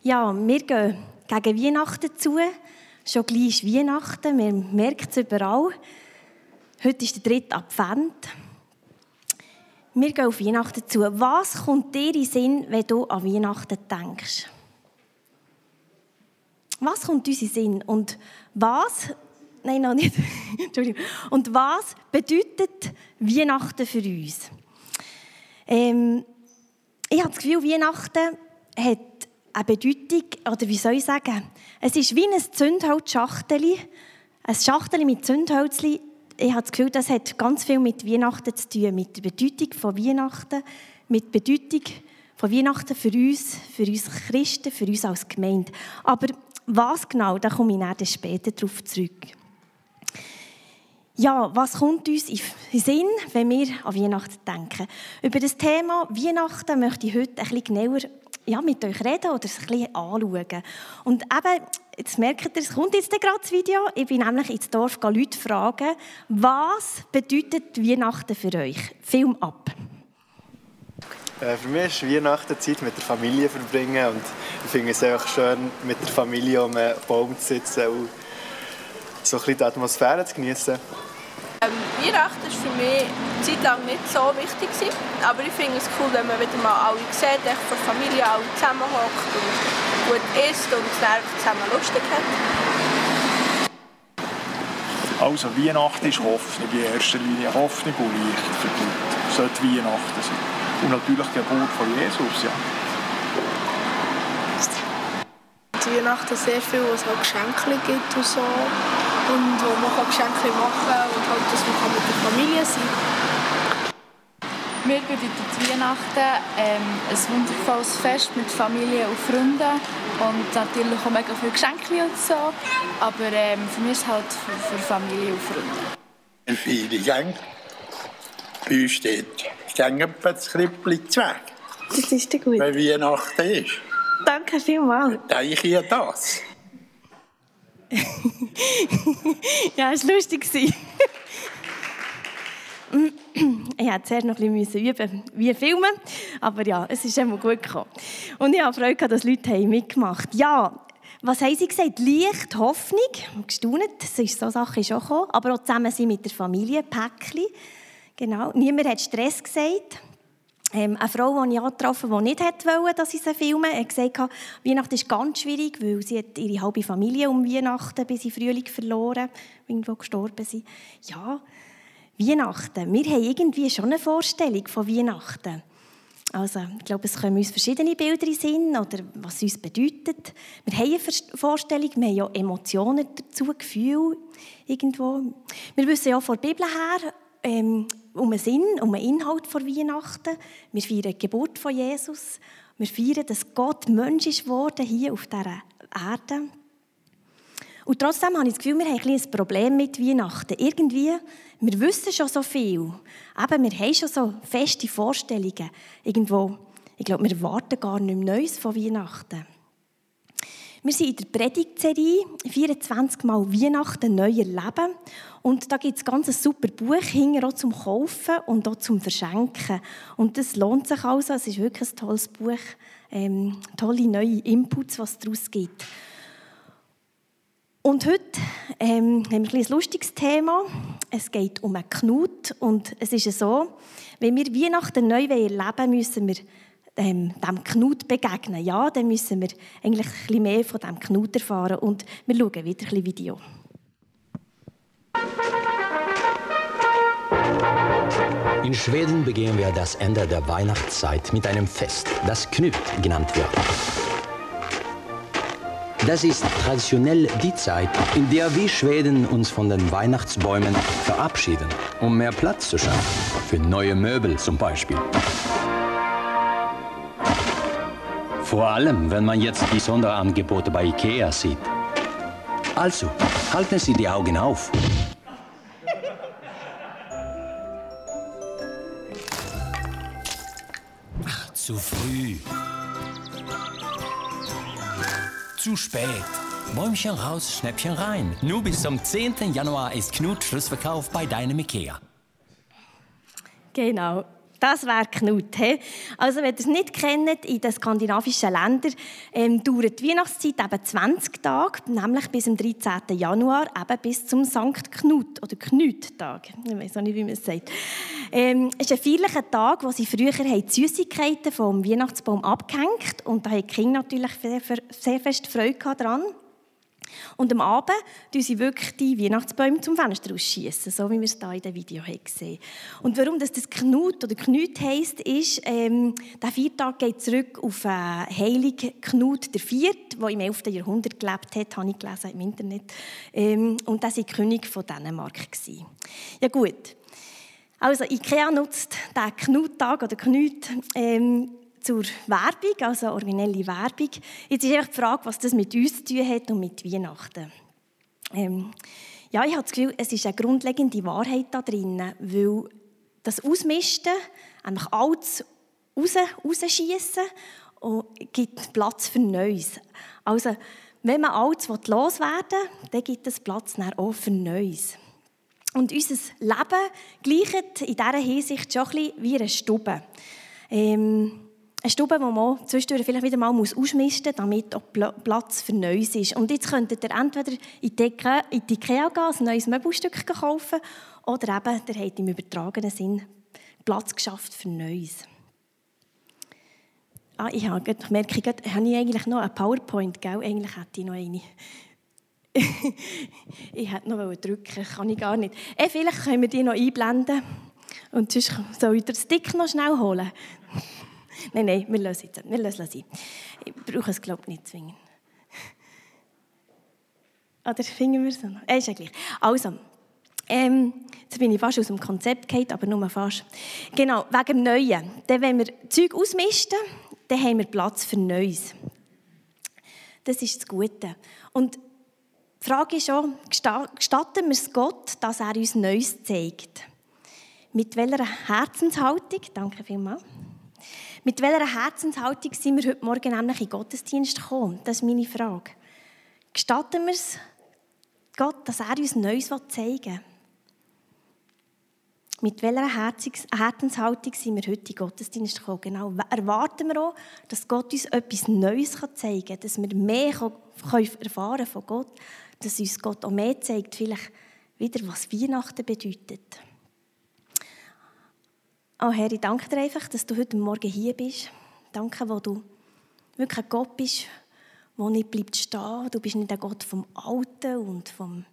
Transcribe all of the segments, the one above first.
Ja, wir gehen gegen Weihnachten zu. Schon gleich ist Weihnachten, man merkt es überall. Heute ist der 3. Advent. Wir gehen auf Weihnachten zu. Was kommt dir in den Sinn, wenn du an Weihnachten denkst? Was kommt uns in den Sinn? Und was... Nein, noch nicht. Entschuldigung. Und was bedeutet Weihnachten für uns? Ich habe das Gefühl, Weihnachten hat eine Bedeutung, oder wie soll ich sagen, es ist wie ein Zündholzschachteli, ein Schachteli mit Zündhölzli. Ich habe das Gefühl, das hat ganz viel mit Weihnachten zu tun, mit der Bedeutung von Weihnachten, mit der Bedeutung von Weihnachten für uns Christen, für uns als Gemeinde. Aber was genau, da komme ich dann später darauf zurück. Ja, was kommt uns in den Sinn, wenn wir an Weihnachten denken? Über das Thema Weihnachten möchte ich heute ein bisschen genauer mit euch reden oder es ein bisschen anschauen. Und eben, jetzt merkt ihr, es kommt jetzt gerade das Video. Ich bin nämlich ins Dorf Leute fragen, was bedeutet Weihnachten für euch? Film ab. Für mich ist Weihnachten Zeit mit der Familie verbringen und ich finde es einfach schön, mit der Familie um einen Baum zu sitzen und so ein bisschen die Atmosphäre zu genießen. Weihnachten war für mich eine Zeit lang nicht so wichtig, aber ich finde es cool, wenn man wieder mal alle sieht, echt von der Familie alle zusammenhockt und gut isst und dann zusammen lustig hat. Also Weihnachten ist Hoffnung in erster Linie, Hoffnung und Licht für die Leute. Das sollte Weihnachten sein. Und natürlich die Geburt von Jesus, ja. Weihnachten sehr viel, was es Geschenke gibt und so. Und wo man Geschenke machen kann und halt, dass man mit der Familie sein kann. Mir bedeutet Weihnachten ein wundervolles Fest mit Familie und Freunden und natürlich auch mega viele Geschenke und so. Aber für mich ist es halt für Familie und Freunde. Viele Gänge. Bei uns steht das Krippli Zweig. Das ist gut. Wenn Weihnachten ist. Danke vielmals. Denke ich an das. Ja, es war lustig. Ich musste zuerst noch ein bisschen üben, wie filmen. Aber ja, es ist immer gut gekommen. Und ich habe Freude, dass Leute mitgemacht haben. Ja, was haben sie gesagt? Licht, Hoffnung. Gestaunt, so Sachen schon gekommen. Aber auch zusammen sein mit der Familie, Päckchen. Genau. Niemand hat Stress gesagt. Eine Frau, die ich angetroffen habe, die nicht wollte, dass ich sie filme, hat gesagt, Weihnachten ist ganz schwierig, weil sie hat ihre halbe Familie um Weihnachten bis in Frühling verloren, irgendwo gestorben sind. Ja, Weihnachten. Wir haben irgendwie schon eine Vorstellung von Weihnachten. Also, ich glaube, es kommen uns verschiedene Bilder in den Sinn, oder was es uns bedeutet. Wir haben eine Vorstellung, wir haben ja Emotionen dazu, Gefühle irgendwo. Wir wissen ja von der Bibel her, um den Sinn, um den Inhalt von Weihnachten. Wir feiern die Geburt von Jesus. Wir feiern, dass Gott Mensch ist geworden hier auf dieser Erde. Und trotzdem habe ich das Gefühl, wir haben ein Problem mit Weihnachten. Irgendwie, wir wissen schon so viel. Eben, wir haben schon so feste Vorstellungen. Irgendwo, ich glaube, wir erwarten gar nichts Neues von Weihnachten. Wir sind in der Predigtserie 24 Mal Weihnachten neu erleben. Und da gibt es ganz ein super Buch hinterher auch zum Kaufen und auch zum Verschenken. Und das lohnt sich also. Es ist wirklich ein tolles Buch. Tolle neue Inputs, was es daraus gibt. Und heute haben wir ein lustiges Thema. Es geht um einen Knut. Und es ist so, wenn wir Weihnachten neu erleben wollen, müssen wir dem Knut begegnen. Ja, dann müssen wir eigentlich ein bisschen mehr von diesem Knut erfahren. Und wir schauen wieder ein bisschen Video. In Schweden begehen wir das Ende der Weihnachtszeit mit einem Fest, das Knut genannt wird. Das ist traditionell die Zeit, in der wir Schweden uns von den Weihnachtsbäumen verabschieden, um mehr Platz zu schaffen. Für neue Möbel zum Beispiel. Vor allem, wenn man jetzt die Sonderangebote bei IKEA sieht. Also, halten Sie die Augen auf. Ach, zu früh. Zu spät. Bäumchen raus, Schnäppchen rein. Nur bis zum 10. Januar ist Knut Schlussverkauf bei deinem IKEA. Genau. Das wäre Knut. He? Also, wenn ihr es nicht kennt, in den skandinavischen Ländern dauert die Weihnachtszeit eben 20 Tage, nämlich bis zum 13. Januar, eben bis zum Sankt Knut oder Knut-Tag. Ich weiß auch nicht, wie man es sagt. Es ist ein feierlicher Tag, wo sie früher die Süßigkeiten vom Weihnachtsbaum abgehängt haben. Und da haben die Kinder natürlich sehr fest Freude daran. Und am Abend schiessen sie wirklich die Weihnachtsbäume zum Fenster ausschiessen, so wie wir es hier in dem Video gesehen haben. Und warum das Knut oder Knut heisst, ist, der Feiertag geht zurück auf Heilig Knut IV., der im 11. Jahrhundert gelebt hat, habe ich gelesen im Internet. Und das war König von Dänemark. Ja gut, also IKEA nutzt den Knut-Tag oder Knut zur Werbung, also originelle Werbung. Jetzt ist einfach die Frage, was das mit uns zu tun hat und mit Weihnachten. Ja, ich habe das Gefühl, es ist eine grundlegende Wahrheit da drin, weil das Ausmisten, einfach alles rausschiessen, gibt Platz für Neues. Also, wenn man alles loswerden will, dann gibt es Platz auch für Neues. Und unser Leben gleicht in dieser Hinsicht schon ein bisschen wie eine Stube. Eine Stube, die man zwischendurch vielleicht wieder mal ausmisten muss, damit auch Platz für Neues ist. Und jetzt könntet ihr entweder in die IKEA gehen, ein neues Möbelstück kaufen, oder eben, ihr habt im übertragenen Sinn Platz geschafft für Neues. Ich merke, habe ich eigentlich noch eine PowerPoint, gell? Eigentlich hätte ich noch eine. Ich hätte noch drücken, kann ich gar nicht. Vielleicht können wir die noch einblenden. Und sonst soll ich den Stick noch schnell holen. Nein, wir lassen es sein. Ich brauche es, glaube ich, nicht zwingend. Oder finden wir es noch? Ist ja gleich. Also, jetzt bin ich fast aus dem Konzept gefallen, aber nur fast. Genau, wegen dem Neuen. Dann, wenn wir Zeug ausmisten, dann haben wir Platz für Neues. Das ist das Gute. Und die Frage ist auch, gestatten wir es Gott, dass er uns Neues zeigt? Mit welcher Herzenshaltung? Danke vielmals. Mit welcher Herzenshaltung sind wir heute Morgen nämlich in den Gottesdienst gekommen? Das ist meine Frage. Gestatten wir es Gott, dass er uns Neues zeigen will? Mit welcher Herzenshaltung sind wir heute in den Gottesdienst gekommen? Genau. Erwarten wir auch, dass Gott uns etwas Neues zeigen kann, dass wir mehr erfahren von Gott, dass uns Gott auch mehr zeigt, vielleicht wieder, was Weihnachten bedeutet. Oh Herr, ich danke dir einfach, dass du heute Morgen hier bist. Danke, wo du wirklich ein Gott bist, der nicht bleibt stehen. Du bist nicht ein Gott vom Alten und vom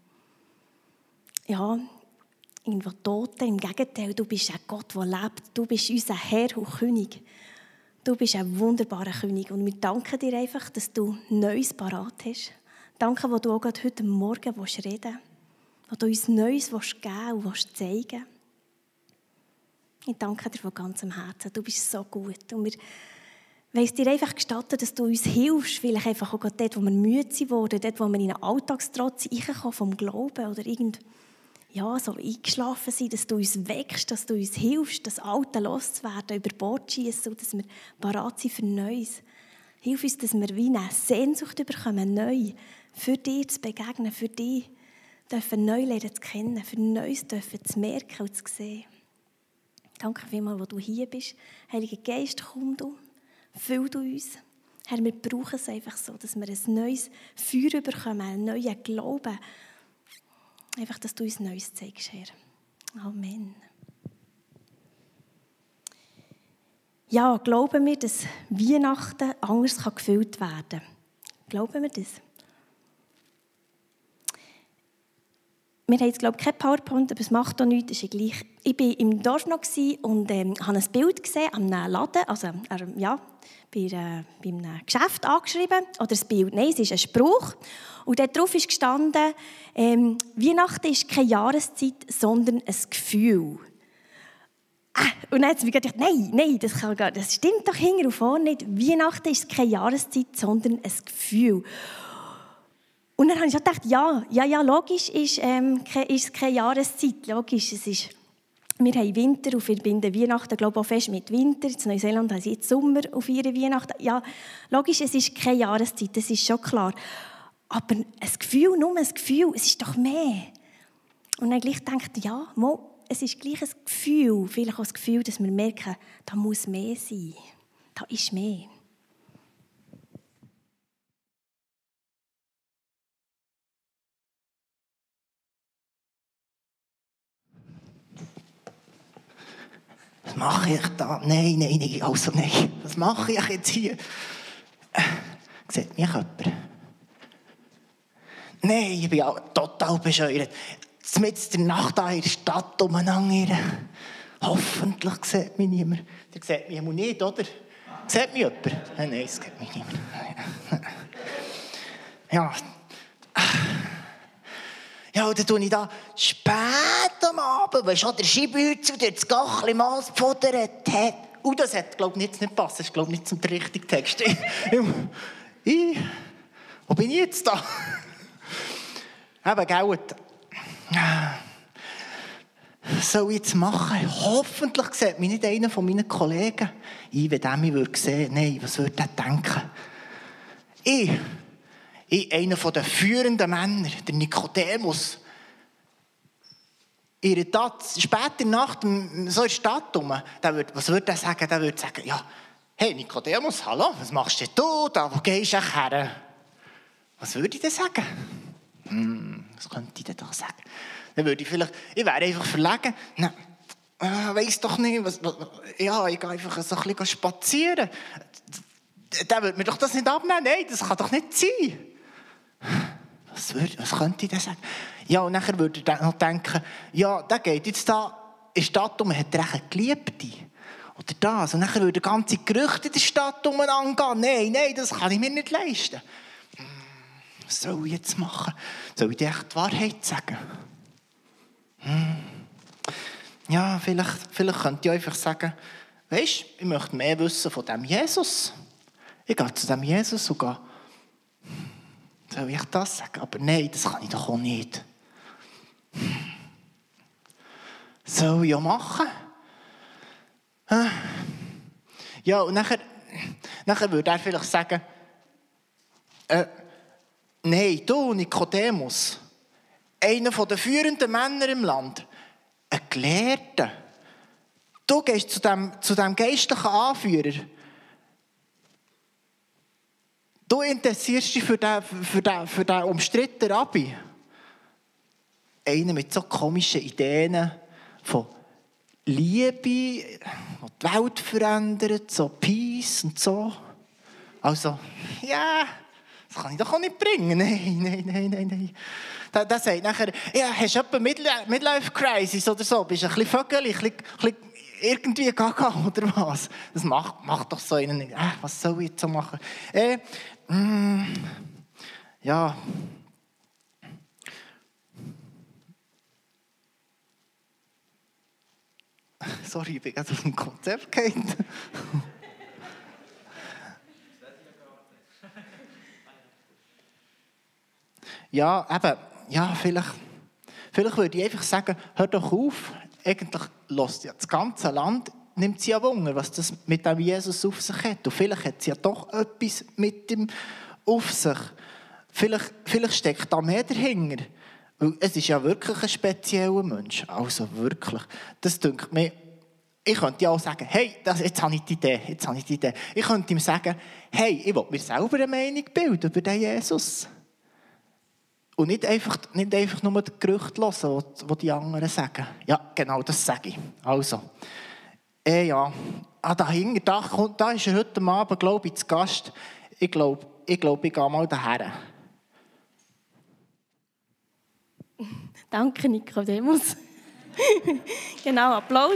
irgendwo Toten. Im Gegenteil, du bist ein Gott, der lebt. Du bist unser Herr und König. Du bist ein wunderbarer König. Und wir danken dir einfach, dass du Neues parat hast. Danke, wo du auch heute Morgen reden willst. Wo du uns Neues geben und zeigen willst. Ich danke dir von ganzem Herzen. Du bist so gut. Und wir wollen dir einfach gestatten, dass du uns hilfst, vielleicht einfach auch dort, wo wir müde sind, dort, wo wir in einen Alltagstrotz reinkommen vom Glauben oder so eingeschlafen sind, dass du uns weckst, dass du uns hilfst, das Alte loszuwerden, über Bord zu schiessen, dass wir parat sind für Neues. Hilf uns, dass wir wie eine Sehnsucht bekommen, neu für dich zu begegnen, für dich dürfen neu lernen zu kennen, für Neues dürfen zu merken und zu sehen. Danke vielmals, wo du hier bist. Heiliger Geist, komm du, füll du uns. Herr, wir brauchen es einfach so, dass wir ein neues Feuer bekommen, einen neuen Glauben. Einfach, dass du uns Neues zeigst, Herr. Amen. Ja, glauben wir, dass Weihnachten anders gefüllt werden kann? Glauben wir das? Wir haben jetzt, glaube ich, kein PowerPoint, aber es macht auch nichts, ist ja gleich. Ich war im Dorf noch und habe ein Bild gesehen an einem Laden, also bei einem Geschäft angeschrieben. Oder ein Bild, nein, es ist ein Spruch. Und dort drauf ist gestanden, Weihnachten ist keine Jahreszeit, sondern ein Gefühl. Und dann hat es mir gedacht, nein, das stimmt doch hinten und vorne nicht. Weihnachten ist keine Jahreszeit, sondern ein Gefühl. Und dann habe ich gedacht, ja, logisch ist es keine Jahreszeit. Logisch, wir haben Winter und verbinden Weihnachten, glaube ich, auch fest mit Winter. In Neuseeland haben sie jetzt Sommer auf ihre Weihnachten. Ja, logisch, es ist keine Jahreszeit, das ist schon klar. Aber ein Gefühl, nur ein Gefühl, es ist doch mehr. Und dann gleich gedacht, es ist gleich ein Gefühl, vielleicht auch das Gefühl, dass wir merken, da muss mehr sein. Da ist mehr. Was mache ich da? Nein, also nein. Was mache ich jetzt hier? Sieht mich jemand? Nein, ich bin ja total bescheuert. Mitten in der Nacht da in der Stadt umeinander. Hoffentlich sieht mich niemand. Der sieht mich nicht, oder? Sieht mich jemand? Nein, es sieht mich niemand. Ja. Ja, und dann tue ich da spät am Abend, weil schon der Scheibenhützel durch das Gachli mal gefodert hat. Und das hat, glaube ich, nicht gepasst. Das ist, glaube ich, nicht zum richtigen Text. Wo bin ich jetzt da? Eben, gell? Was soll ich jetzt machen? Hoffentlich sieht mich nicht einer von meinen Kollegen. Wenn der mich sehen würde, nein, was würde er denken? Ich, einer der führenden Männer, der Nikodemus, später in der Nacht, so in der Stadt rum, was würde er sagen? Der würde sagen, ja, hey Nikodemus, hallo, was machst denn du da? Wo gehst du her? Was würde ich denn sagen? Was könnte ich denn da sagen? Dann würde ich wäre einfach verlegen. Nein, weiss doch nicht, ja, ich gehe einfach so ein bisschen spazieren. Der würde mir doch das nicht abnehmen. Nein, das kann doch nicht sein. Was könnte ich denn sagen? Ja, und nachher würde er noch denken, ja, der geht jetzt da in der Stadt um, hat er eine Geliebte. Oder das. Und nachher würde ganze Gerüchte in der Stadt umeinander gehen. Nein, das kann ich mir nicht leisten. Was soll ich jetzt machen? Soll ich dir echt die Wahrheit sagen? Ja, vielleicht könnte ich einfach sagen, weisst, ich möchte mehr wissen von diesem Jesus. Ich gehe zu diesem Jesus und gehe. Soll ich das sagen? Aber nein, das kann ich doch auch nicht. Soll ich ja machen? Ja, und nachher würde er vielleicht sagen, nein, du, Nikodemus, einer der führenden Männer im Land, ein Gelehrter. Du gehst zu dem geistlichen Anführer. Du interessierst dich für den umstrittenen Rabbi. Einer mit so komischen Ideen von Liebe, die die Welt verändert, so Peace und so. Also, ja, das kann ich doch auch nicht bringen. Nein. Der sagt nachher, ja, hast du etwa Midlife-Crisis oder so? Bist du ein bisschen vögelig, ein bisschen irgendwie gaga oder was? Das macht doch so einen nicht. Was soll ich jetzt so machen? Ja. Sorry, ich bin gerade aus dem Konzept gefallen. Ja, eben. Ja, vielleicht würde ich einfach sagen, hör doch auf. Eigentlich lässt ja das ganze Land, nimmt sie ja Wunder, was das mit dem Jesus auf sich hat. Und vielleicht hat sie ja doch etwas mit ihm auf sich. Vielleicht steckt da mehr dahinter. Weil es ist ja wirklich ein spezieller Mensch. Also wirklich. Das denkt mir, ich könnte ja auch sagen, hey, jetzt habe ich die Idee. Ich könnte ihm sagen, hey, ich will mir selber eine Meinung bilden über den Jesus. Und nicht einfach nur die Gerüchte hören, die die anderen sagen. Ja, genau, das sage ich. Also, ja, dahinter, da ist er heute Abend, glaube ich, zu Gast. Ich glaube, ich gehe mal daher. Danke, Nikodemus. Genau, Applaus.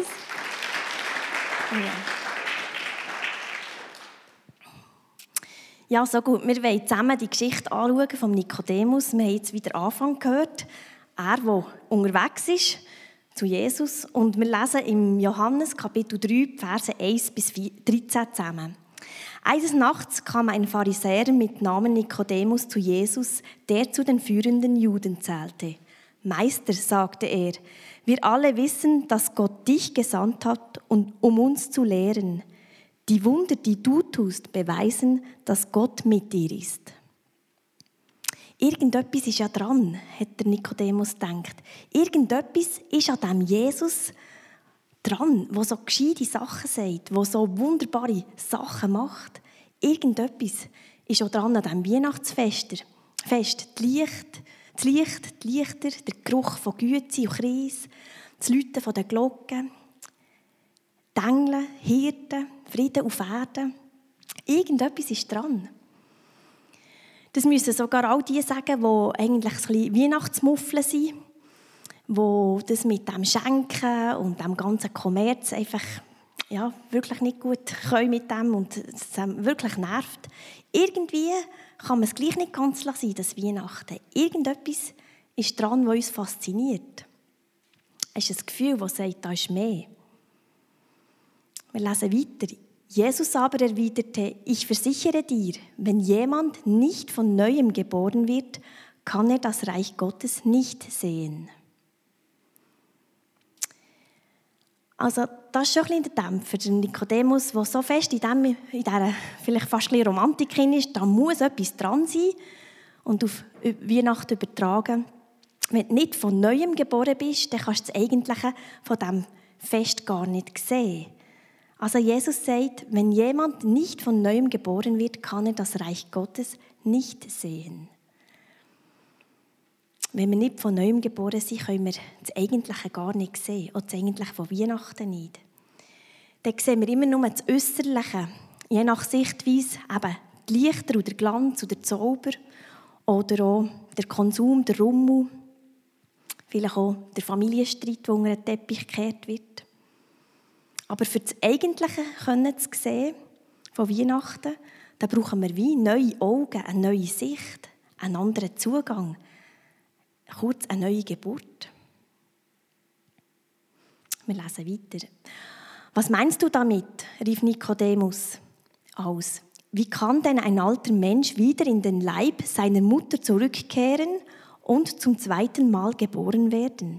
Ja, so gut. Wir wollen zusammen die Geschichte anschauen vom Nikodemus. Wir haben jetzt wieder Anfang gehört. Er, der unterwegs ist zu Jesus. Und wir lesen im Johannes Kapitel 3, Verse 1 bis 13 zusammen. Eines Nachts kam ein Pharisäer mit Namen Nikodemus zu Jesus, der zu den führenden Juden zählte. Meister, sagte er, wir alle wissen, dass Gott dich gesandt hat, um uns zu lehren. Die Wunder, die du tust, beweisen, dass Gott mit dir ist. Irgendetwas ist ja dran, hat der Nikodemus gedacht. Irgendetwas ist an dem Jesus dran, der so gescheite Sachen sagt, der so wunderbare Sachen macht. Irgendetwas ist auch dran an diesem Weihnachtsfest. Das Licht, die Lichter, der Geruch von Güte und Kreis, das Läuten von den Glocken, die Engel, Hirten, Frieden auf Erden. Irgendetwas ist dran. Das müssen sogar all die sagen, die eigentlich ein bisschen Weihnachtsmuffeln sind, die das mit dem Schenken und dem ganzen Kommerz einfach wirklich nicht gut können mit dem und es wirklich nervt. Irgendwie kann man es gleich nicht ganz sein, das Weihnachten. Irgendetwas ist dran, was uns fasziniert. Es ist ein Gefühl, das sagt, da ist mehr. Wir lesen weiter. Jesus aber erwiderte, ich versichere dir, wenn jemand nicht von Neuem geboren wird, kann er das Reich Gottes nicht sehen. Also das ist schon ein bisschen der Dämpfer, der Nikodemus, der so fest in dieser vielleicht fast ein bisschen Romantik ist, da muss etwas dran sein und auf Weihnachten übertragen. Wenn du nicht von Neuem geboren bist, dann kannst du das Eigentliche von diesem Fest gar nicht sehen. Also Jesus sagt, wenn jemand nicht von Neuem geboren wird, kann er das Reich Gottes nicht sehen. Wenn wir nicht von Neuem geboren sind, können wir das Eigentliche gar nicht sehen. Auch das Eigentliche von Weihnachten nicht. Dann sehen wir immer nur das Äußerliche. Je nach Sichtweise eben die Lichter oder der Glanz oder der Zauber. Oder auch der Konsum, der Rummel. Vielleicht auch der Familienstreit, der unter den Teppich gekehrt wird. Aber für das Eigentliche zu sehen, von Weihnachten, da brauchen wir wie neue Augen, eine neue Sicht, einen anderen Zugang. Kurz eine neue Geburt. Wir lesen weiter. Was meinst du damit? Rief Nikodemus aus. Wie kann denn ein alter Mensch wieder in den Leib seiner Mutter zurückkehren und zum zweiten Mal geboren werden?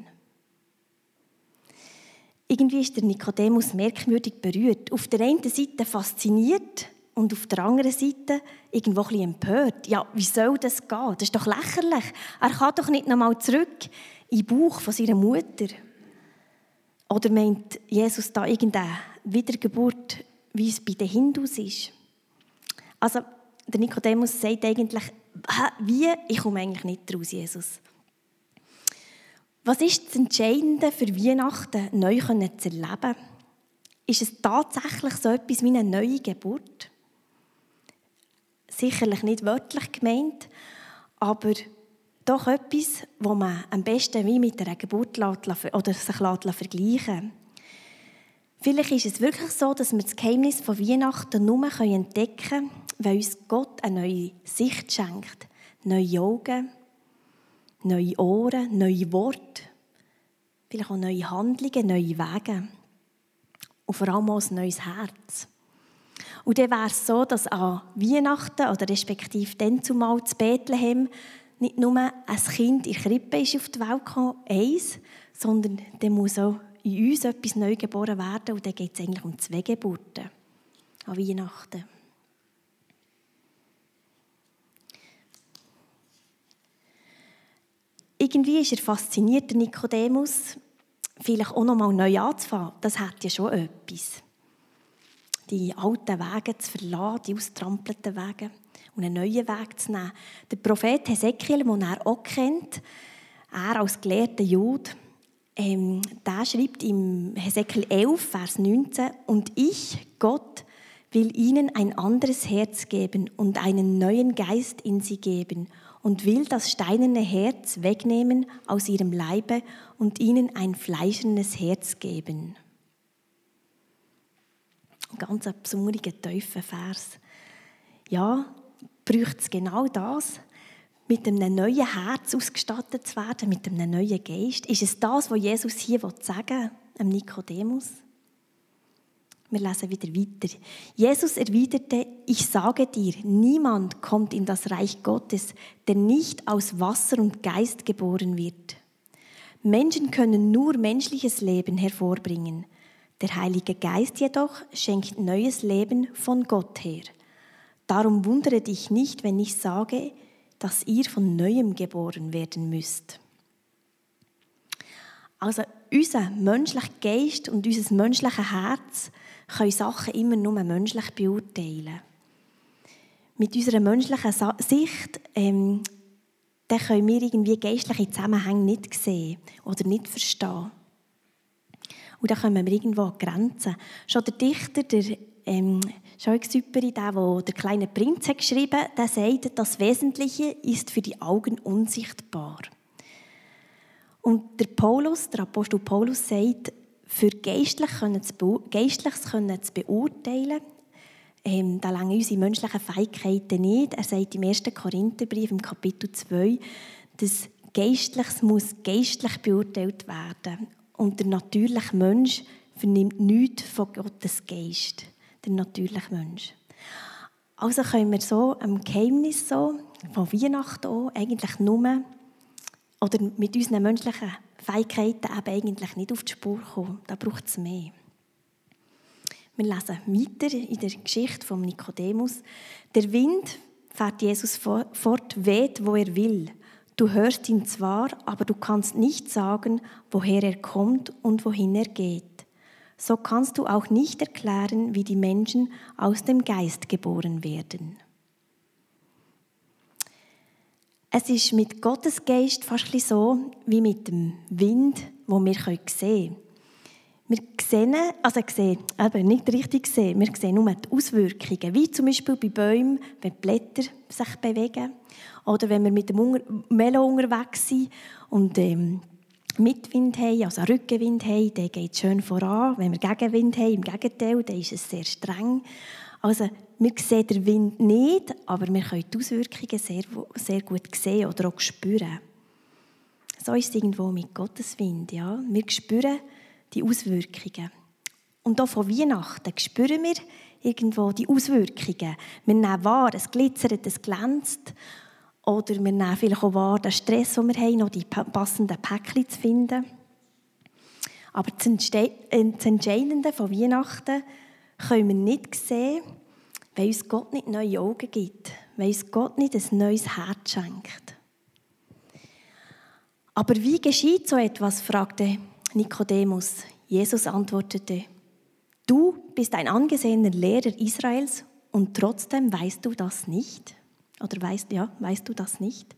Irgendwie ist der Nikodemus merkwürdig berührt. Auf der einen Seite fasziniert und auf der anderen Seite irgendwo ein bisschen empört. Ja, wie soll das gehen? Das ist doch lächerlich. Er kann doch nicht nochmal zurück in den Bauch von seiner Mutter. Oder meint Jesus da irgendeine Wiedergeburt, wie es bei den Hindus ist? Also, der Nikodemus sagt eigentlich, wie? Ich komme eigentlich nicht raus, Jesus. Was ist das Entscheidende für Weihnachten neu zu erleben? Ist es tatsächlich so etwas wie eine neue Geburt? Sicherlich nicht wörtlich gemeint, aber doch etwas, das man am besten wie mit einer Geburt oder sich vergleichen kann. Vielleicht ist es wirklich so, dass wir das Geheimnis von Weihnachten nur entdecken können, weil uns Gott eine neue Sicht schenkt, neue Augen, neue Ohren, neue Worte, vielleicht auch neue Handlungen, neue Wege und vor allem auch ein neues Herz. Und dann wäre es so, dass an Weihnachten oder respektive dann zumal zu Bethlehem nicht nur ein Kind in der Krippe ist auf die Welt gekommen, eins, sondern dann muss auch in uns etwas neu geboren werden und dann geht es eigentlich um 2 Geburten an Weihnachten. Irgendwie ist er fasziniert, der Nikodemus, vielleicht auch noch mal neu anzufangen. Das hat ja schon etwas. Die alten Wege zu verlassen, die austrampelten Wege und einen neuen Weg zu nehmen. Der Prophet Hesekiel, den er auch kennt, er als gelehrter Jude, der schreibt im Hesekiel 11, Vers 19, «Und ich, Gott, will ihnen ein anderes Herz geben und einen neuen Geist in sie geben und will das steinerne Herz wegnehmen aus ihrem Leibe und ihnen ein fleischernes Herz geben.» Ein ganz besonderer, tiefer Vers. Ja, braucht es genau das, mit einem neuen Herz ausgestattet zu werden, mit einem neuen Geist? Ist es das, was Jesus hier sagen will, dem Nikodemus? Wir lesen wieder weiter. Jesus erwiderte, ich sage dir, niemand kommt in das Reich Gottes, der nicht aus Wasser und Geist geboren wird. Menschen können nur menschliches Leben hervorbringen. Der Heilige Geist jedoch schenkt neues Leben von Gott her. Darum wundere dich nicht, wenn ich sage, dass ihr von Neuem geboren werden müsst. Also unser menschlicher Geist und unser menschliches Herz können Sachen immer nur menschlich beurteilen. Mit unserer menschlichen Sicht dann können wir irgendwie geistliche Zusammenhänge nicht sehen oder nicht verstehen. Und dann kommen wir irgendwo an Grenzen. Schon der Dichter, der Saint-Exupéry, der der kleine Prinz hat geschrieben, der sagt, das Wesentliche ist für die Augen unsichtbar. Und der Apostel Paulus sagt, für Geistliches zu beurteilen, da lange unsere menschlichen Fähigkeiten nicht. Er sagt im 1. Korintherbrief, im Kapitel 2, dass Geistliches muss geistlich beurteilt werden. Und der natürliche Mensch vernimmt nichts von Gottes Geist. Der natürliche Mensch. Also können wir so am Geheimnis von Weihnachten auch eigentlich nur oder mit unseren menschlichen Fähigkeiten eben eigentlich nicht auf die Spur kommen. Da braucht es mehr. Wir lesen weiter in der Geschichte von Nikodemus. Der Wind, fährt Jesus fort, weht, wo er will. Du hörst ihn zwar, aber du kannst nicht sagen, woher er kommt und wohin er geht. So kannst du auch nicht erklären, wie die Menschen aus dem Geist geboren werden. Es ist mit Gottes Geist fast so wie mit dem Wind, wo wir sehen können. Wir sehen nicht richtig sehen, wir sehen nur die Auswirkungen, wie zum Beispiel bei Bäumen, wenn die Blätter sich bewegen oder wenn wir mit dem Melo unterwegs sind und Mitwind haben, also Rückenwind haben, dann geht es schön voran. Wenn wir Gegenwind haben, im Gegenteil, dann ist es sehr streng. Also wir sehen den Wind nicht, aber wir können die Auswirkungen sehr gut sehen oder auch spüren. So ist es irgendwo mit Gottes Wind. Ja? Wir spüren die Auswirkungen. Und auch von Weihnachten spüren wir irgendwo die Auswirkungen. Wir nehmen wahr, es glitzert, es glänzt. Oder wir nehmen vielleicht auch wahr, den Stress, den wir haben, noch die passenden Päckchen zu finden. Aber das Entscheidende von Weihnachten können wir nicht sehen, wenn uns Gott nicht neue Augen gibt, wenn uns Gott nicht ein neues Herz schenkt. Aber wie geschieht so etwas, fragte Nikodemus. Jesus antwortete, du bist ein angesehener Lehrer Israels und trotzdem weißt du das nicht? Oder weißt du das nicht?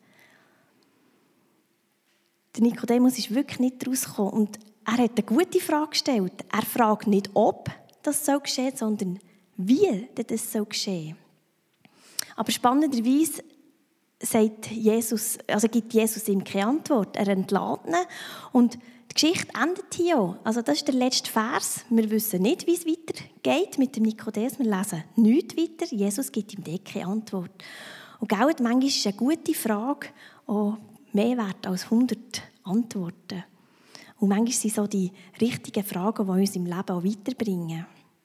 Der Nikodemus ist wirklich nicht rausgekommen und er hat eine gute Frage gestellt. Er fragt nicht, ob das so geschehen, sondern wie das so geschehen. Aber spannenderweise gibt Jesus ihm keine Antwort. Er entlässt ihn und die Geschichte endet hier auch. Also das ist der letzte Vers. Wir wissen nicht, wie es weitergeht mit dem Nikodemus. Wir lesen nichts weiter. Jesus gibt ihm dort keine Antwort. Und manchmal ist eine gute Frage auch mehr wert als 100 Antworten. Und manchmal sind so die richtigen Fragen, die uns im Leben auch weiterbringen.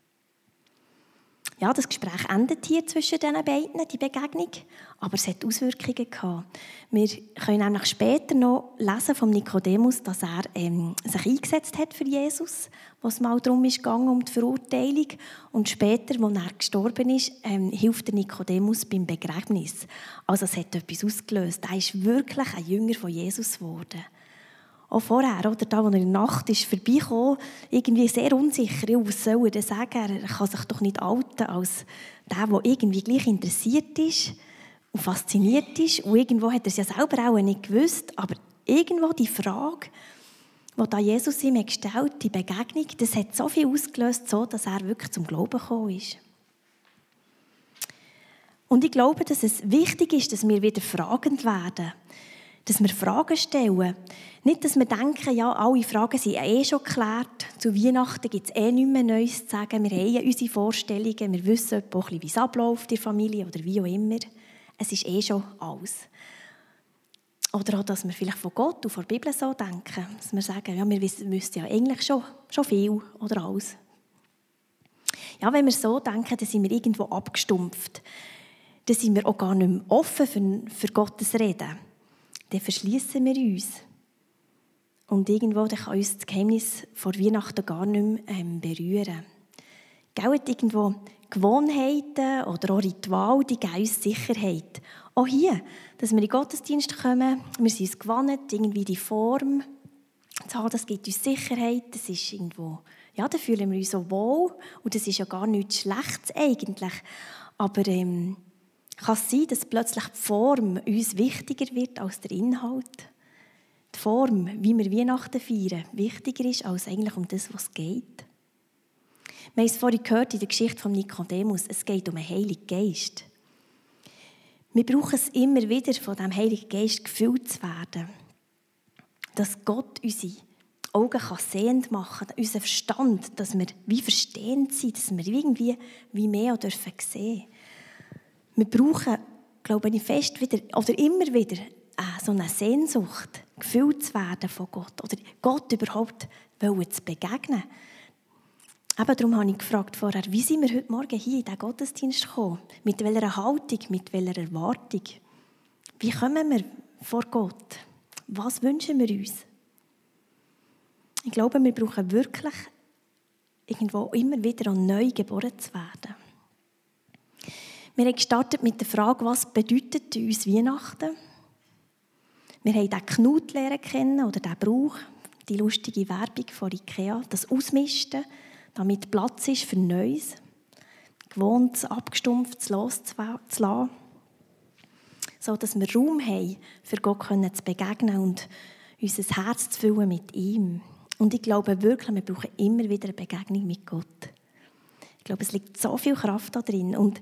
Ja, das Gespräch endet hier zwischen diesen beiden, die Begegnung, aber es hat Auswirkungen gehabt. Wir können nämlich später noch lesen vom Nikodemus, dass er sich eingesetzt hat für Jesus, was mal darum ging, um die Verurteilung. Und später, als er gestorben ist, hilft der Nikodemus beim Begräbnis. Also es hat etwas ausgelöst. Er ist wirklich ein Jünger von Jesus geworden. Auch vorher, oder da, wo er in der Nacht ist vorbeigekommen, irgendwie sehr unsicher. Ja, was soll er denn sagen? Er kann sich doch nicht outen als der irgendwie gleich interessiert ist und fasziniert ist. Und irgendwo hat er es ja selber auch nicht gewusst. Aber irgendwo die Frage, die da Jesus ihm gestellt hat, die Begegnung, das hat so viel ausgelöst, so, dass er wirklich zum Glauben gekommen ist. Und ich glaube, dass es wichtig ist, dass wir wieder fragend werden. Dass wir Fragen stellen. Nicht, dass wir denken, ja, alle Fragen sind schon geklärt. Zu Weihnachten gibt es nichts mehr Neues zu sagen. Wir haben unsere Vorstellungen. Wir wissen auch wie es abläuft in der Familie oder wie auch immer. Es ist schon alles. Oder auch, dass wir vielleicht von Gott und von der Bibel so denken. Dass wir sagen, ja, wir wüssten ja eigentlich schon viel oder alles. Ja, wenn wir so denken, dann sind wir irgendwo abgestumpft. Dann sind wir auch gar nicht mehr offen für Gottes Reden. Dann verschließen wir uns. Und irgendwo dann kann uns das Geheimnis vor Weihnachten gar nicht mehr berühren. Irgendwo Gewohnheiten oder auch Rituale, die geben uns Sicherheit. Auch hier, dass wir in den Gottesdienst kommen, wir sind uns gewohnt, irgendwie die Form zu haben, das gibt uns Sicherheit, das ist irgendwo, ja, da fühlen wir uns so wohl und das ist ja gar nichts Schlechtes eigentlich. Aber kann es sein, dass plötzlich die Form uns wichtiger wird als der Inhalt? Die Form, wie wir Weihnachten feiern, wichtiger ist als eigentlich um das, was es geht. Wir haben es vorhin gehört in der Geschichte von Nikodemus, es geht um den Heiligen Geist. Wir brauchen es immer wieder, von diesem Heiligen Geist gefüllt zu werden. Dass Gott unsere Augen sehend machen kann, unseren Verstand, dass wir wie verstehend sind, dass wir irgendwie wie mehr dürfen sehen. Wir brauchen, glaube ich, fest wieder, oder immer wieder so eine Sehnsucht, gefüllt zu werden von Gott. Oder Gott überhaupt zu begegnen. Eben darum habe ich gefragt vorher, wie sind wir heute Morgen hier in diesen Gottesdienst gekommen? Mit welcher Haltung, mit welcher Erwartung? Wie kommen wir vor Gott? Was wünschen wir uns? Ich glaube, wir brauchen wirklich irgendwo immer wieder neu geboren zu werden. Wir haben gestartet mit der Frage, was bedeutet uns Weihnachten? Wir haben den Knut lernen kennen oder den Brauch, die lustige Werbung von Ikea, das Ausmisten, damit Platz ist für Neues, gewohnt, abgestumpft loszulassen, so dass wir Raum haben, für Gott zu begegnen und unser Herz zu füllen mit ihm. Und ich glaube wirklich, wir brauchen immer wieder eine Begegnung mit Gott. Ich glaube, es liegt so viel Kraft da drin. Und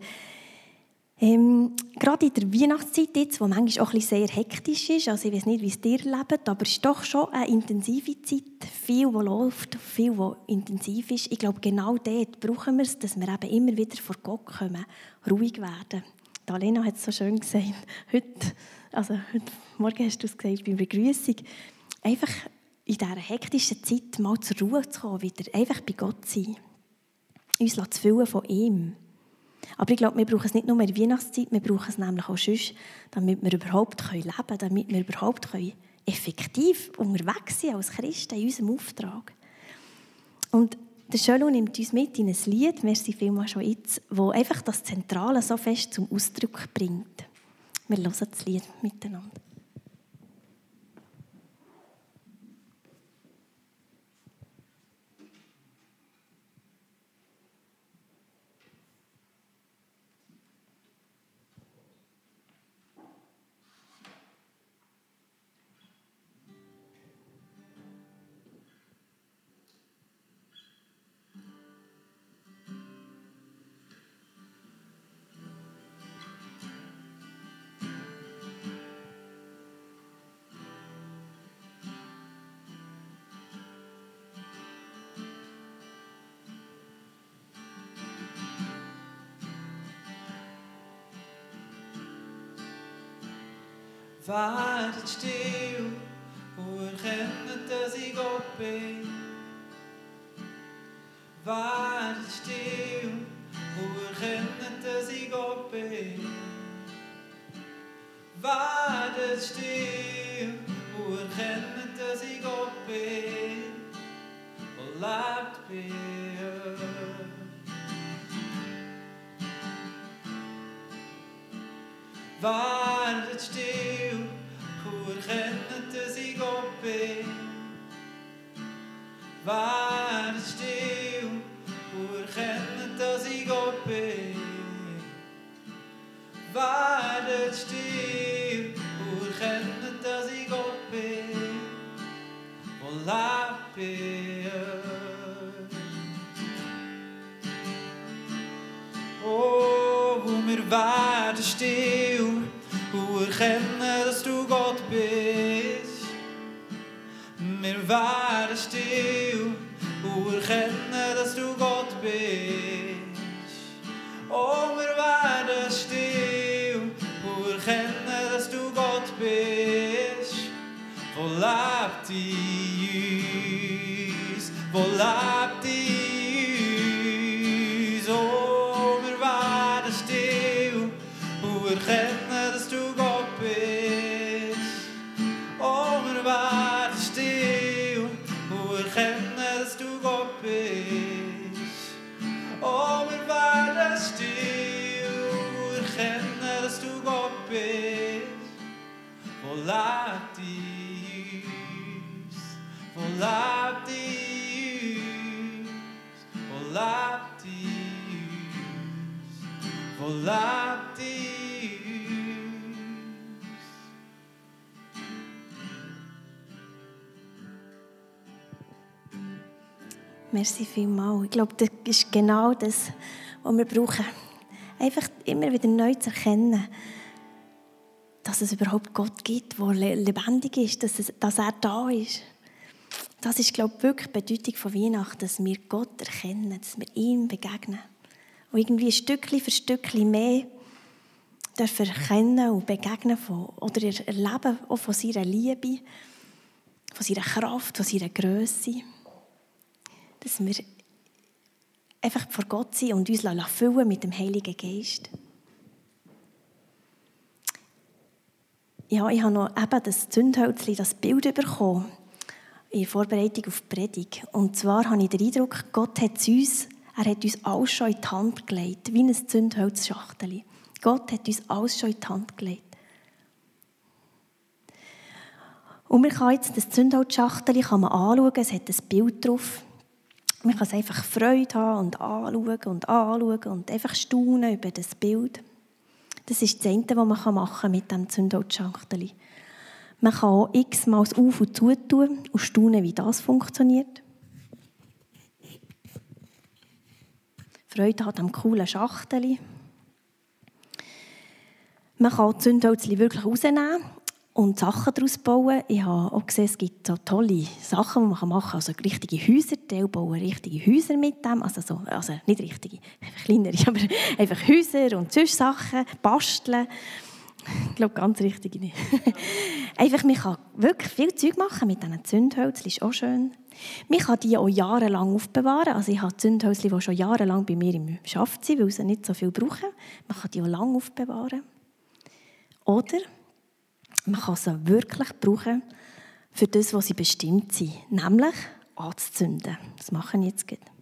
gerade in der Weihnachtszeit, jetzt, wo manchmal auch ein bisschen sehr hektisch ist, also ich weiß nicht, wie es dir erlebt, aber es ist doch schon eine intensive Zeit, viel, was läuft, viel, was intensiv ist. Ich glaube, genau dort brauchen wir es, dass wir eben immer wieder vor Gott kommen, ruhig werden. Die Alena hat es so schön gesagt, heute Morgen hast du es gesagt, bei der Begrüßung, einfach in dieser hektischen Zeit mal zur Ruhe zu kommen, wieder einfach bei Gott zu sein, uns zu füllen von ihm. Aber ich glaube, wir brauchen es nicht nur in der Weihnachtszeit, wir brauchen es nämlich auch sonst, damit wir überhaupt leben können, damit wir überhaupt effektiv unterwegs sein als Christen in unserem Auftrag. Und der Schölo nimmt uns mit in ein Lied, merci vielmals schon jetzt, das einfach das Zentrale so fest zum Ausdruck bringt. Wir hören das Lied miteinander. Werdet still und erkennt, dass ich Gott bin. Werdet still und erkennt, dass ich Gott bin. Werdet still und erkennt, dass ich Gott bin. Und lebt bei euch. Werdet still und erkennt, dass ich Gott bin. Werdet still und erkennt, dass ich Gott bin. Werdet still und erkennt, dass ich Gott bin. Und lebt bei euch. Oh, wo wir werden still und erkennen, dass du Gott bist. Wir werden still und erkennen, dass du Gott bist. Oh, wir werden still und erkennen, dass du Gott bist. Wo lebt in uns? Wo lebt in uns? Oh, wir werden still und erkennen, dass du Gott bist. Oh, wir werden still und erkennen, dass du Gott bist. Oh, wir werden still wo lebt in uns, wo lebt in uns, wo lebt in uns, wo lebt in uns. Merci vielmals. Ich glaube, das ist genau das, was wir brauchen. Einfach immer wieder neu zu erkennen, dass es überhaupt Gott gibt, der lebendig ist, dass er da ist. Das ist, glaube ich, wirklich die Bedeutung von Weihnachten, dass wir Gott erkennen, dass wir ihm begegnen. Und irgendwie Stückchen für Stückchen mehr dürfen erkennen und begegnen oder erleben auch von seiner Liebe, von seiner Kraft, von seiner Grösse. Dass wir einfach vor Gott sind und uns füllen mit dem Heiligen Geist. Ja, ich habe noch eben das Zündhölzchen, das Bild bekommen, in Vorbereitung auf die Predigt. Und zwar habe ich den Eindruck, Gott hat uns alles schon in die Hand gelegt, wie ein Zündholzschachtel. Gott hat uns alles schon in die Hand gelegt. Und man kann jetzt das Zündholzschachtel anschauen, es hat ein Bild drauf. Man kann es einfach Freude haben und anschauen und einfach staunen über das Bild. Das ist das eine, was man machen kann mit diesem Zündholzschachtel. Man kann auch x-mal auf- und zutun und staunen, wie das funktioniert. Freude hat am coolen Schachtel. Man kann die Zündhölzchen wirklich rausnehmen und Sachen daraus bauen. Ich habe auch gesehen, es gibt so tolle Sachen, die man machen kann. Also richtige Häuser, die bauen richtige Häuser mit dem. Also nicht richtige, einfach kleinere, aber einfach Häuser und sonst Sachen, basteln. Ich glaube, ganz richtig nicht. Einfach, man kann wirklich viel Zeug machen mit diesen Zündhölzchen, ist auch schön. Man kann die auch jahrelang aufbewahren. Also ich habe Zündhölzchen, die schon jahrelang bei mir im Schaft sind, weil sie nicht so viel brauchen. Man kann die auch lange aufbewahren. Oder man kann sie wirklich brauchen für das, was sie bestimmt sind, nämlich anzuzünden. Das mache ich jetzt gerade.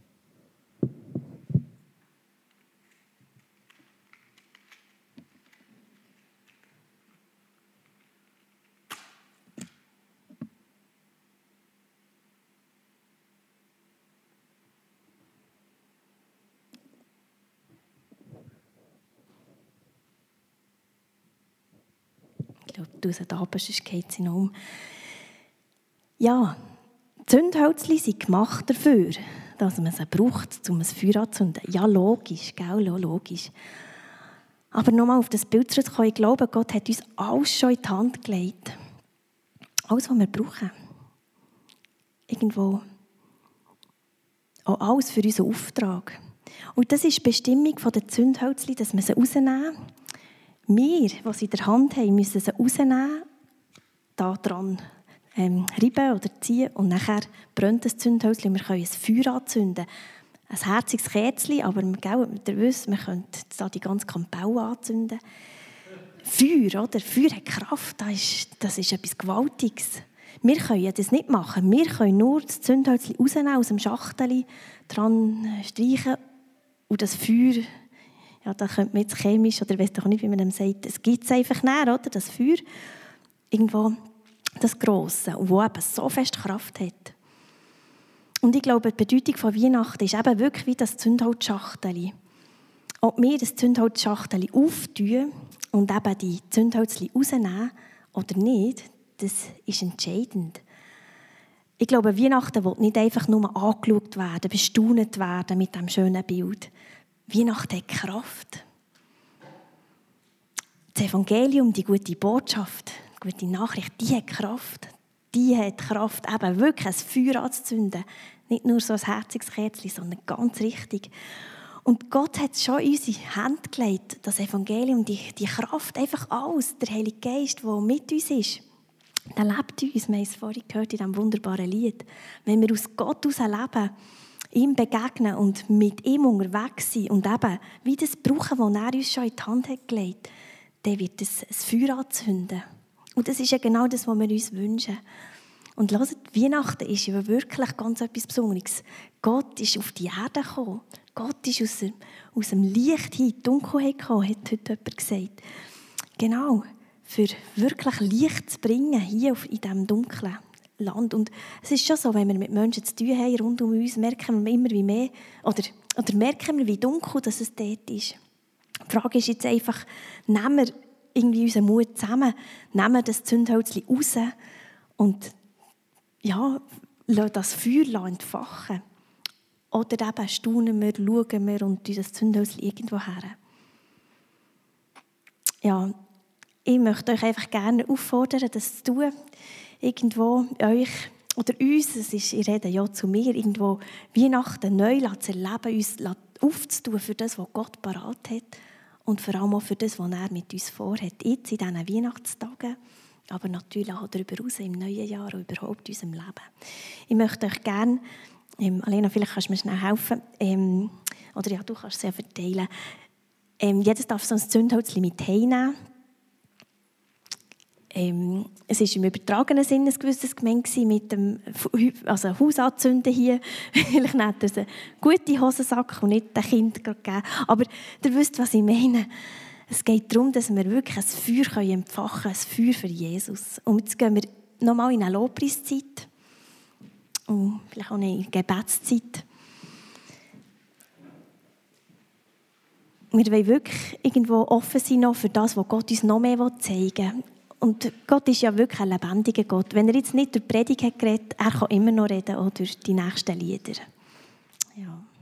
Ich glaube, du da oben, sonst geht sie noch um. Ja, Zündhölzchen sind gemacht dafür, dass man sie braucht, um ein Feuer anzuzünden. Ja, logisch, gell, logisch. Aber nochmal auf das Bild zurückzukommen, ich glaube, Gott hat uns alles schon in die Hand gelegt. Alles, was wir brauchen. Irgendwo. Auch alles für unseren Auftrag. Und das ist die Bestimmung der Zündhölzchen, dass wir sie rausnehmen. Wir, die sie in der Hand haben, müssen sie rausnehmen, da dran reiben oder ziehen und nachher brennt das Zündhölzchen und wir können ein Feuer anzünden. Ein herziges Kerzchen, aber ihr wisst, wir können da die ganze Kamelle anzünden. Feuer, oder? Feuer hat Kraft, das ist etwas Gewaltiges. Wir können das nicht machen. Wir können nur das Zündhölzchen rausnehmen aus dem Schachtel, dran streichen und das Feuer, ja, da könnte man jetzt chemisch, oder ich weiss doch nicht, wie man dem sagt, es gibt es einfach näher, oder? Das Feuer, irgendwo das Grosse, das eben so fest Kraft hat. Und ich glaube, die Bedeutung von Weihnachten ist eben wirklich wie das Zündholzschachtel. Ob wir das Zündholzschachtel auftun und eben die Zündhölzchen rausnehmen oder nicht, das ist entscheidend. Ich glaube, Weihnachten will nicht einfach nur angeschaut werden, bestaunt werden mit diesem schönen Bild. Weihnachten hat Kraft. Das Evangelium, die gute Botschaft, die gute Nachricht, die hat Kraft. Die hat Kraft, eben wirklich ein Feuer anzuzünden. Nicht nur so ein herziges Kerzchen, sondern ganz richtig. Und Gott hat es schon in unsere Hände gelegt, das Evangelium, die Kraft, einfach alles, der Heilige Geist, der mit uns ist. Der lebt uns, wir haben es vorhin gehört in diesem wunderbaren Lied. Wenn wir aus Gott heraus leben, ihm begegnen und mit ihm unterwegs sind und eben wie das brauchen, was er uns schon in die Hand hat gelegt, dann wird es ein Feuer anzünden. Und das ist ja genau das, was wir uns wünschen. Und hört, Weihnachten ist ja wirklich ganz etwas Besonderes. Gott ist auf die Erde gekommen. Gott ist aus dem Licht hin in die Dunkelheit gekommen, hat heute jemand gesagt. Genau. für wirklich Licht zu bringen, hier in diesem dunklen Land. Und es ist schon so, wenn wir mit Menschen zu tun haben, rund um uns, merken wir immer wie mehr, oder merken wir, wie dunkel dass es dort ist. Die Frage ist jetzt einfach, nehmen wir irgendwie unseren Mut zusammen, nehmen wir das Zündhölzchen raus und ja, lassen das Feuer entfachen. Oder eben staunen wir, schauen wir und tun das Zündhölzchen irgendwo her. Ja, ich möchte euch einfach gerne auffordern, das zu tun. Irgendwo euch oder uns, ich rede ja zu mir, irgendwo Weihnachten neu zu erleben, uns aufzutun für das, was Gott parat hat und vor allem auch für das, was er mit uns vorhat. Jetzt in diesen Weihnachtstagen, aber natürlich auch darüber hinaus im neuen Jahr und überhaupt in unserem Leben. Ich möchte euch gerne, Alena, vielleicht kannst du mir schnell helfen, oder ja, du kannst es ja verteilen. Jeder darf so ein Zündholz mit heimnehmen. Es war im übertragenen Sinne ein gewisses Gemeng mit dem Haus anzünden hier. Vielleicht nehmt ihr einen guten Hosensack und nicht den Kindern geben. Aber ihr wisst, was ich meine. Es geht darum, dass wir wirklich ein Feuer entfachen können, ein Feuer für Jesus. Und jetzt gehen wir nochmal in eine Lobpreiszeit und vielleicht auch eine Gebetszeit. Wir wollen wirklich irgendwo offen sein noch für das, was Gott uns noch mehr zeigen will. Und Gott ist ja wirklich ein lebendiger Gott. Wenn er jetzt nicht durch die Predigt hat geredet, er kann immer noch reden oder durch die nächsten Lieder. Ja.